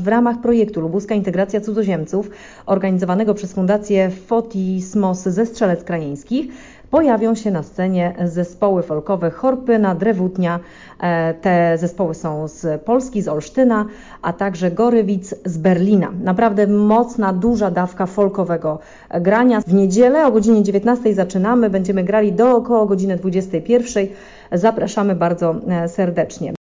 W ramach projektu Lubuska Integracja Cudzoziemców, organizowanego przez Fundację Fotismos ze Strzelec Krajeńskich, pojawią się na scenie zespoły folkowe Chorpyna, Drewutnia. Te zespoły są z Polski, z Olsztyna, a także Gorywic z Berlina. Naprawdę mocna, duża dawka folkowego grania. W niedzielę o godzinie 19 zaczynamy, będziemy grali do około godziny 21. Zapraszamy bardzo serdecznie.